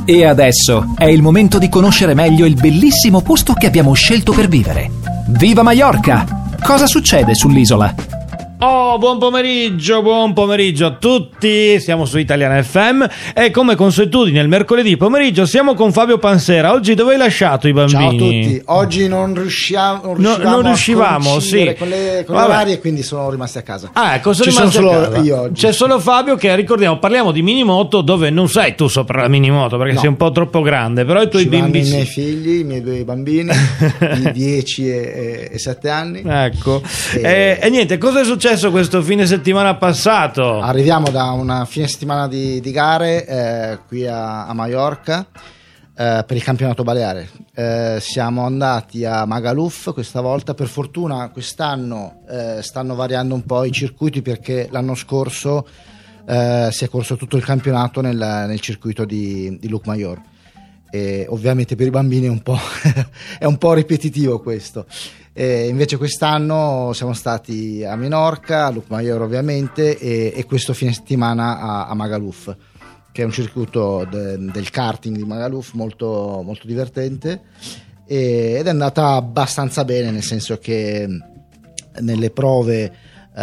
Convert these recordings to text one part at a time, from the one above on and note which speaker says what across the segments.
Speaker 1: E adesso è il momento di conoscere meglio il bellissimo posto che abbiamo scelto per vivere. Viva Maiorca! Cosa succede sull'isola?
Speaker 2: Oh, buon pomeriggio a tutti, siamo su Italiana FM e come consuetudine il mercoledì pomeriggio siamo con Fabio Pansera. Oggi dove hai lasciato i bambini?
Speaker 3: Ciao a tutti, oggi non riuscivamo a
Speaker 2: sì.
Speaker 3: con le orarie e quindi sono rimasti a casa.
Speaker 2: Ecco,
Speaker 3: Ci sono solo io oggi.
Speaker 2: C'è solo Fabio che, ricordiamo, parliamo di minimoto dove non sei tu sopra la minimoto perché sei un po' troppo grande, però i tuoi bimbi
Speaker 3: i miei figli, i miei due bambini di 10 e 7 anni.
Speaker 2: Ecco, e niente, cosa è successo questo fine settimana passato?
Speaker 3: Arriviamo da una fine settimana di gare qui a Maiorca per il campionato baleare. Siamo andati a Magaluf questa volta. Per fortuna quest'anno stanno variando un po' i circuiti perché l'anno scorso si è corso tutto il campionato nel circuito di Llucmajor. E ovviamente per i bambini è un po' ripetitivo questo. Invece quest'anno siamo stati a Menorca, a Llucmajor ovviamente, e questo fine settimana a Magaluf, che è un circuito del karting di Magaluf molto, molto divertente, ed è andata abbastanza bene, nel senso che nelle prove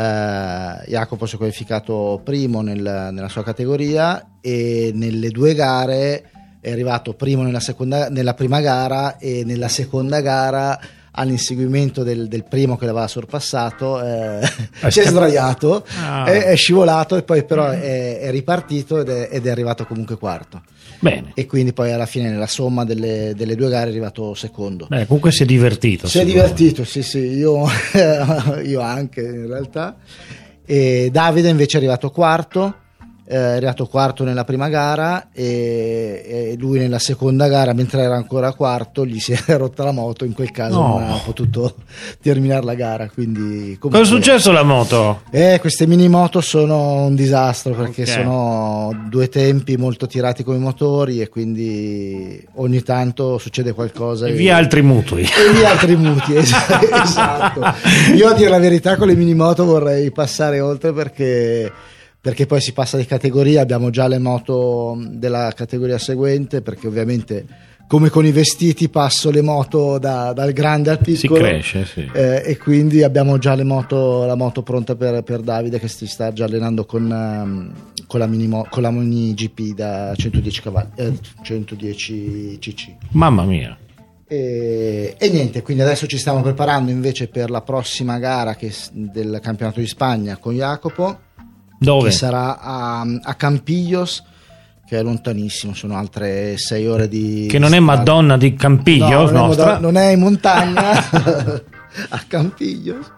Speaker 3: Jacopo si è qualificato primo nella sua categoria e nelle due gare è arrivato primo nella prima gara, e nella seconda gara all'inseguimento del primo che l'aveva sorpassato si è sdraiato, è scivolato e poi però è ripartito ed è arrivato comunque quarto.
Speaker 2: Bene.
Speaker 3: E quindi poi alla fine nella somma delle due gare è arrivato secondo.
Speaker 2: Bene, comunque si è divertito.
Speaker 3: Si è divertito, sì, io anche in realtà. E Davide invece è arrivato quarto. È arrivato quarto nella prima gara e lui nella seconda gara, mentre era ancora quarto, gli si è rotta la moto. In quel caso non ha potuto terminare la gara, quindi
Speaker 2: cosa è successo alla moto?
Speaker 3: Queste mini moto sono un disastro perché sono due tempi molto tirati con i motori e quindi ogni tanto succede qualcosa
Speaker 2: e via altri mutui
Speaker 3: esatto. Io, a dire la verità, con le mini moto vorrei passare oltre perché poi si passa di categoria, abbiamo già le moto della categoria seguente, perché ovviamente come con i vestiti passo le moto dal grande al piccolo,
Speaker 2: si cresce, sì.
Speaker 3: E quindi abbiamo già la moto pronta per Davide, che si sta già allenando con la mini GP da 110 cavalli, 110 cc.
Speaker 2: Mamma mia.
Speaker 3: E niente, quindi adesso ci stiamo preparando invece per la prossima gara del campionato di Spagna con Jacopo.
Speaker 2: Dove?
Speaker 3: Che sarà a Campillos, che è lontanissimo, sono altre 6 ore di
Speaker 2: che non è Madonna di Campillos,
Speaker 3: non è in montagna a Campillos,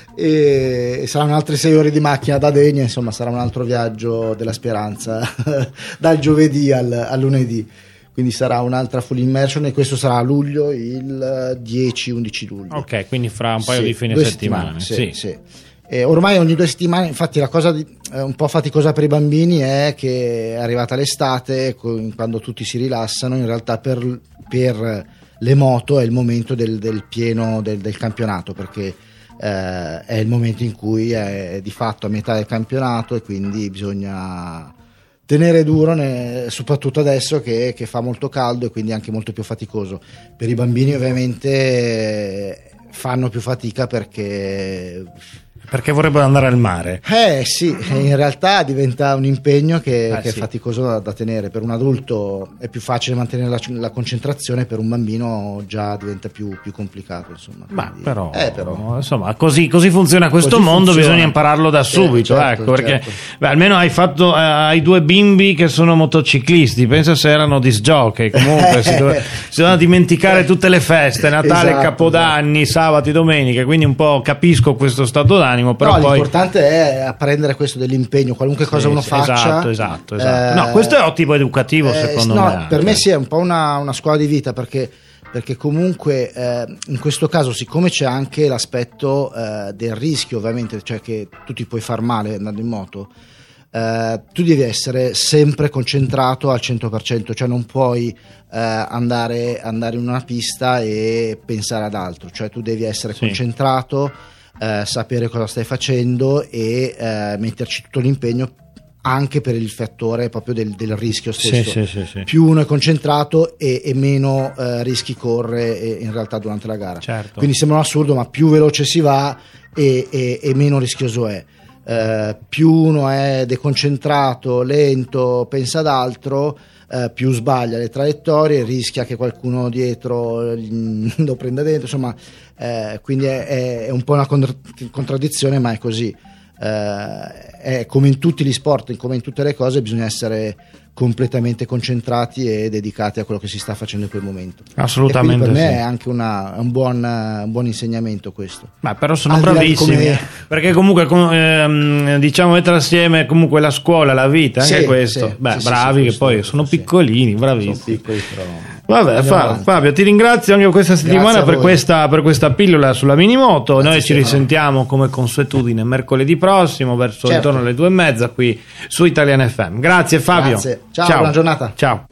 Speaker 3: e saranno altre 6 ore di macchina da Denia, insomma sarà un altro viaggio della speranza dal giovedì al lunedì, quindi sarà un'altra full immersion, e questo sarà a luglio, il 10-11 luglio.
Speaker 2: Ok, quindi fra un paio di fine settimana.
Speaker 3: Sì. Ormai ogni 2 settimane, infatti la cosa un po' faticosa per i bambini è che è arrivata l'estate, quando tutti si rilassano. In realtà per le moto è il momento del pieno del campionato, perché è il momento in cui è di fatto a metà del campionato e quindi bisogna tenere duro, soprattutto adesso che fa molto caldo e quindi anche molto più faticoso. Per i bambini ovviamente fanno più fatica perché
Speaker 2: vorrebbero andare al mare.
Speaker 3: Sì, in realtà diventa un impegno che è
Speaker 2: sì.
Speaker 3: faticoso da tenere. Per un adulto è più facile mantenere la concentrazione, per un bambino già diventa più complicato, insomma.
Speaker 2: Quindi,
Speaker 3: però
Speaker 2: insomma, così funziona questo mondo, bisogna impararno da subito,
Speaker 3: certo,
Speaker 2: ecco, perché
Speaker 3: certo.
Speaker 2: Almeno hai 2 bimbi che sono motociclisti, pensa se erano disc jockey, comunque si dovevano dimenticare tutte le feste, Natale,
Speaker 3: esatto,
Speaker 2: Capodanni, sabati, domeniche, quindi un po' capisco questo stato d'animo. Però poi
Speaker 3: l'importante è apprendere questo dell'impegno, qualunque cosa uno faccia.
Speaker 2: Esatto. No, questo è ottimo educativo, secondo me.
Speaker 3: Per me sì, è un po' una scuola di vita, perché comunque in questo caso, siccome c'è anche l'aspetto del rischio, ovviamente, cioè che tu ti puoi far male andando in moto, tu devi essere sempre concentrato al 100%, cioè non puoi andare in una pista e pensare ad altro, cioè tu devi essere concentrato, sapere cosa stai facendo e metterci tutto l'impegno anche per il fattore proprio del rischio stesso.
Speaker 2: Sì.
Speaker 3: Più uno è concentrato e meno rischi corre in realtà durante la gara.
Speaker 2: Certo.
Speaker 3: Quindi sembra un assurdo, ma più veloce si va e meno rischioso è. Più uno è deconcentrato, lento, pensa ad altro, più sbaglia le traiettorie, rischia che qualcuno dietro lo prenda dentro, insomma, quindi è un po' una contraddizione, ma è così. È come in tutti gli sport, come in tutte le cose, bisogna essere completamente concentrati e dedicati a quello che si sta facendo in quel momento.
Speaker 2: Assolutamente.
Speaker 3: E per me
Speaker 2: sì.
Speaker 3: è anche un buon insegnamento questo.
Speaker 2: Ma però sono
Speaker 3: Al di là di
Speaker 2: bravissimi, perché comunque diciamo mettere assieme comunque la scuola, la vita, anche
Speaker 3: Sì,
Speaker 2: questo.
Speaker 3: sì,
Speaker 2: Beh,
Speaker 3: sì,
Speaker 2: bravi,
Speaker 3: sì,
Speaker 2: che poi sono piccolini, bravissimi.
Speaker 3: Sono piccoli, però.
Speaker 2: Vabbè, Fabio, ti ringrazio anche questa settimana per questa pillola sulla minimoto.
Speaker 3: Grazie,
Speaker 2: Noi ci risentiamo come consuetudine mercoledì prossimo verso intorno alle 2:30 qui su Italiana FM. Grazie Fabio.
Speaker 3: Grazie. Ciao, buona giornata.
Speaker 2: Ciao.